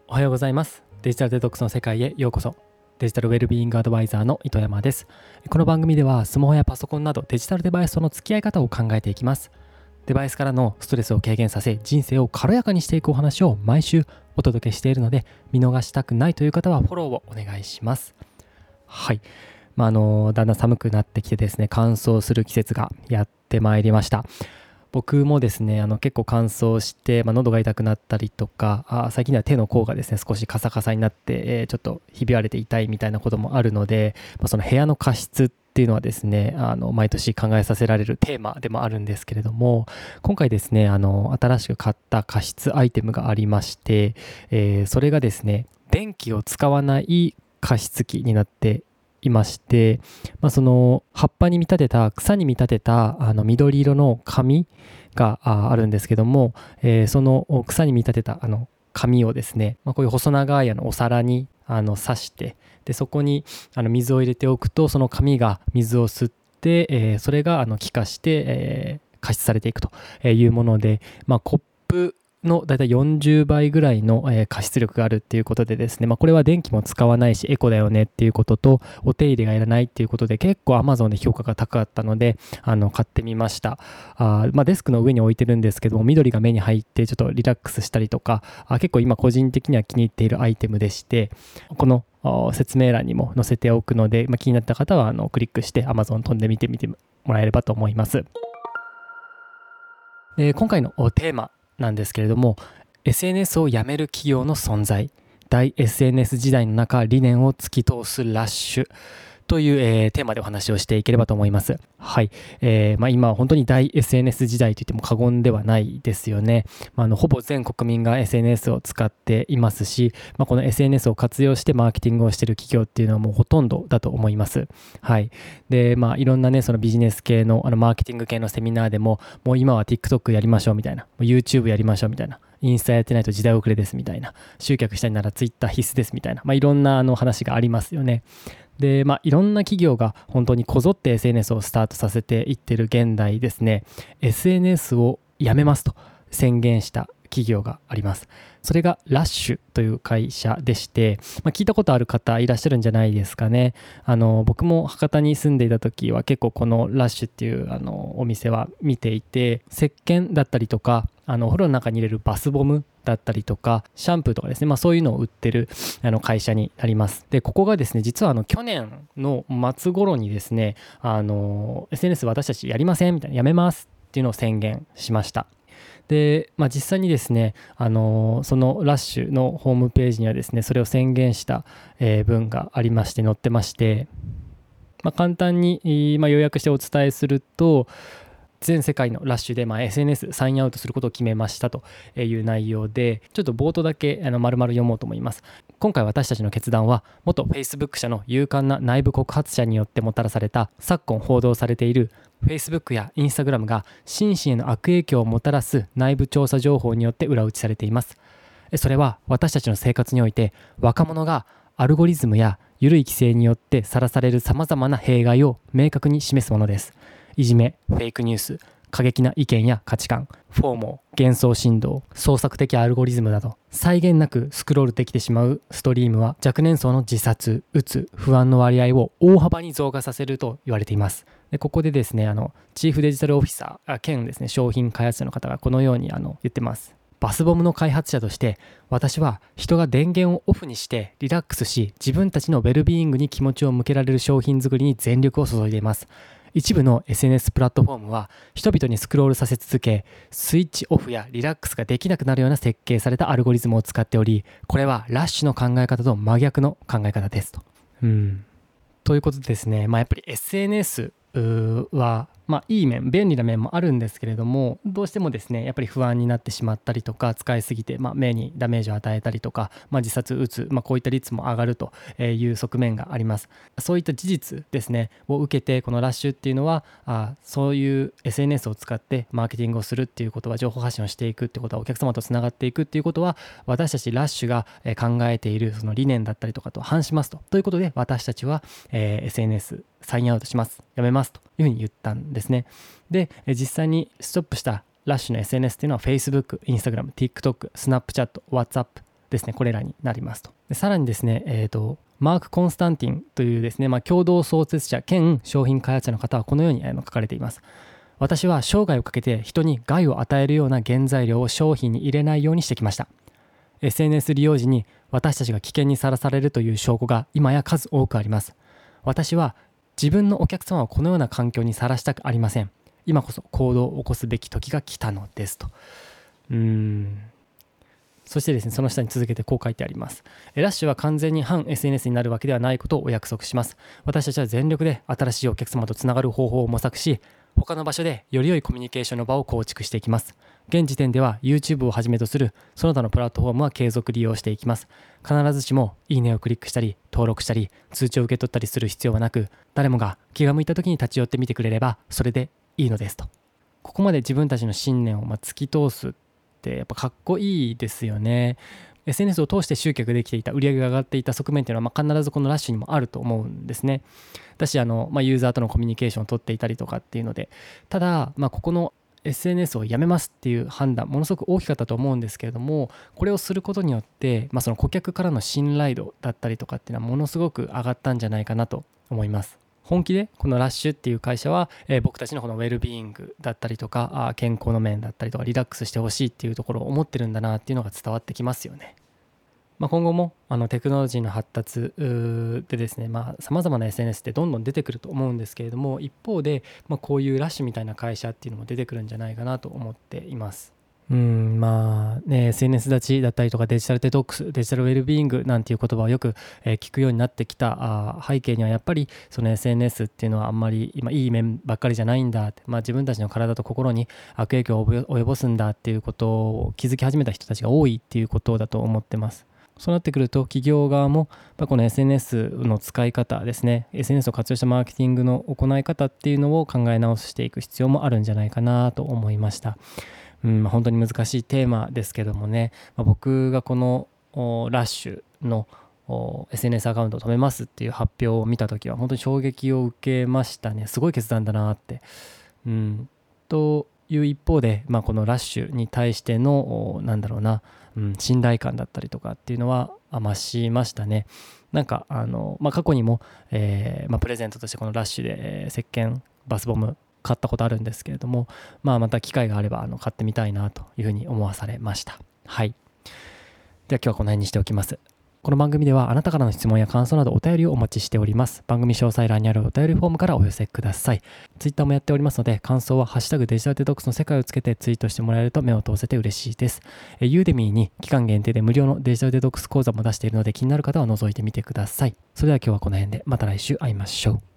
おはようございます。デジタルデトックスの世界へようこそ。デジタルウェルビーイングアドバイザーの糸山です。この番組ではスマホやパソコンなどデジタルデバイスとの付き合い方を考えていきます。デバイスからのストレスを軽減させ、人生を軽やかにしていくお話を毎週お届けしているので、見逃したくないという方はフォローをお願いします。はい。だんだん寒くなってきてですね、乾燥する季節がやってまいりました。僕もですね、結構乾燥して、喉が痛くなったりとか、最近では手の甲がですね、少しカサカサになって、ちょっとひび割れて痛いみたいなこともあるので、その部屋の加湿っていうのはですね、毎年考えさせられるテーマでもあるんですけれども、今回ですね、新しく買った加湿アイテムがありまして、それがですね、電気を使わない加湿器になっていまして、その葉っぱに見立てた草に見立てた緑色の紙があるんですけども、その草に見立てた紙をですね、こういう細長いお皿に刺して、でそこに水を入れておくと、その紙が水を吸って、それが気化して、加湿されていくというもので、コップのだいたい40倍ぐらいの加湿力があるっていうことでですね、これは電気も使わないしエコだよねっていうことと、お手入れがいらないっていうことで結構 Amazon で評価が高かったので買ってみました。デスクの上に置いてるんですけども、緑が目に入ってちょっとリラックスしたりとか、結構今個人的には気に入っているアイテムでして、この説明欄にも載せておくので、気になった方はクリックして Amazon 飛んでみてもらえればと思います。で、今回のテーマなんですけれども、 SNS をやめる企業の存在、大 SNS 時代の中理念を突き通すラッシュという、テーマでお話をしていければと思います。はい。今本当に大 SNS 時代といっても過言ではないですよね。ほぼ全国民が SNS を使っていますし、この SNS を活用してマーケティングをしている企業っていうのはもうほとんどだと思います。はい。で、いろんなね、そのビジネス系のマーケティング系のセミナーでも、もう今は TikTok やりましょうみたいな、YouTube やりましょうみたいな、インスタやってないと時代遅れですみたいな、集客したいなら Twitter 必須ですみたいな、いろんな話がありますよね。で、いろんな企業が本当にこぞって SNS をスタートさせていってる現代ですね、SNS をやめますと宣言した企業があります。それがラッシュという会社でして、聞いたことある方いらっしゃるんじゃないですかね。僕も博多に住んでいた時は結構このラッシュっていうお店は見ていて、石鹸だったりとかお風呂の中に入れるバスボムだったりとかシャンプーとかですね、そういうのを売ってる会社になります。で、ここがですね、実は去年の末頃にですね、SNS 私たちやりませんみたいな、やめますっていうのを宣言しました。で、実際にですね、そのラッシュのホームページにはですね、それを宣言した、文がありまして、載ってまして、簡単に、要約してお伝えすると、全世界のラッシュで、SNS サインアウトすることを決めましたという内容で、ちょっと冒頭だけ丸々読もうと思います。今回私たちの決断は、元 Facebook 社の勇敢な内部告発者によってもたらされた昨今報道されている Facebook や Instagram が心身への悪影響をもたらす内部調査情報によって裏打ちされています。それは私たちの生活において若者がアルゴリズムや緩い規制によってさらされるさまざまな弊害を明確に示すものです。いじめ、フェイクニュース、過激な意見や価値観、フォーモー、幻想振動、創作的アルゴリズムなど、際限なくスクロールできてしまうストリームは若年層の自殺、うつ、不安の割合を大幅に増加させると言われています。で、ここでですね、チーフデジタルオフィサー兼ですね、商品開発者の方がこのように言ってます。バスボムの開発者として、私は人が電源をオフにしてリラックスし、自分たちのウェルビーイングに気持ちを向けられる商品作りに全力を注いでいます。一部の SNS プラットフォームは人々にスクロールさせ続け、スイッチオフやリラックスができなくなるような設計されたアルゴリズムを使っており、これはラッシュの考え方と真逆の考え方ですと。ということでですね、やっぱり SNS はいい面、便利な面もあるんですけれども、どうしてもですね、やっぱり不安になってしまったりとか、使いすぎて、目にダメージを与えたりとか、自殺、うつ、こういった率も上がるという側面があります。そういった事実ですねを受けて、このラッシュっていうのはそういう SNS を使ってマーケティングをするっていうことは、情報発信をしていくっていうことは、お客様とつながっていくっていうことは、私たちラッシュが考えているその理念だったりとかと反しますということで、私たちはSNS サインアウトします、やめますというふうに言ったんですね。で、実際にストップしたラッシュの SNS っていうのは Facebook、Instagram、TikTok、Snapchat、WhatsApp ですね、これらになりますと。でさらにですね、マーク・コンスタンティンというですね、共同創設者兼商品開発者の方はこのように書かれています。私は生涯をかけて人に害を与えるような原材料を商品に入れないようにしてきました。SNS 利用時に私たちが危険にさらされるという証拠が今や数多くあります。私は自分のお客様をこのような環境にさらしたくありません。今こそ行動を起こすべき時が来たのですと。そしてですね、その下に続けてこう書いてあります。ラッシュは完全に反 SNS になるわけではないことをお約束します。私たちは全力で新しいお客様とつながる方法を模索し、他の場所でより良いコミュニケーションの場を構築していきます。現時点では YouTube をはじめとするその他のプラットフォームは継続利用していきます。必ずしもいいねをクリックしたり、登録したり、通知を受け取ったりする必要はなく、誰もが気が向いた時に立ち寄ってみてくれればそれでいいのですと。ここまで自分たちの信念を突き通すってやっぱかっこいいですよね。SNS を通して集客できていた、売り上げが上がっていた側面っていうのは必ずこのラッシュにもあると思うんですね。だしユーザーとのコミュニケーションを取っていたりとかっていうので、ただ、ここの SNS をやめますっていう判断ものすごく大きかったと思うんですけれども、これをすることによって、その顧客からの信頼度だったりとかっていうのはものすごく上がったんじゃないかなと思います。本気でこのラッシュっていう会社は、僕たちのこのウェルビーイングだったりとか健康の面だったりとかリラックスしてほしいっていうところを思ってるんだなっていうのが伝わってきますよね。今後もテクノロジーの発達でですね、さまざまな SNS ってどんどん出てくると思うんですけれども、一方で、こういうラッシュみたいな会社っていうのも出てくるんじゃないかなと思っています。SNS 立ちだったりとかデジタルデトックス、デジタルウェルビーイングなんていう言葉をよく聞くようになってきた背景にはやっぱりその SNS っていうのはあんまりいい面ばっかりじゃないんだって、自分たちの体と心に悪影響を及ぼすんだっていうことを気づき始めた人たちが多いっていうことだと思ってます。そうなってくると企業側もこの SNS の使い方ですね、 SNS を活用したマーケティングの行い方っていうのを考え直していく必要もあるんじゃないかなと思いました。本当に難しいテーマですけどもね、僕がこのラッシュのSNS アカウントを止めますっていう発表を見たときは本当に衝撃を受けましたね。すごい決断だなって。という一方で、このラッシュに対しての信頼感だったりとかっていうのは増しましたね。過去にも、プレゼントとしてこのラッシュで、石鹸バスボム買ったことあるんですけれども、また機会があれば買ってみたいなというふうに思わされました。はい。では今日はこの辺にしておきます。この番組ではあなたからの質問や感想などお便りをお待ちしております。番組詳細欄にあるお便りフォームからお寄せください。Twitter もやっておりますので、感想はハッシュタグデジタルデトックスの世界をつけてツイートしてもらえると目を通せて嬉しいです。Udemy に期間限定で無料のデジタルデトックス講座も出しているので、気になる方は覗いてみてください。それでは今日はこの辺で、また来週会いましょう。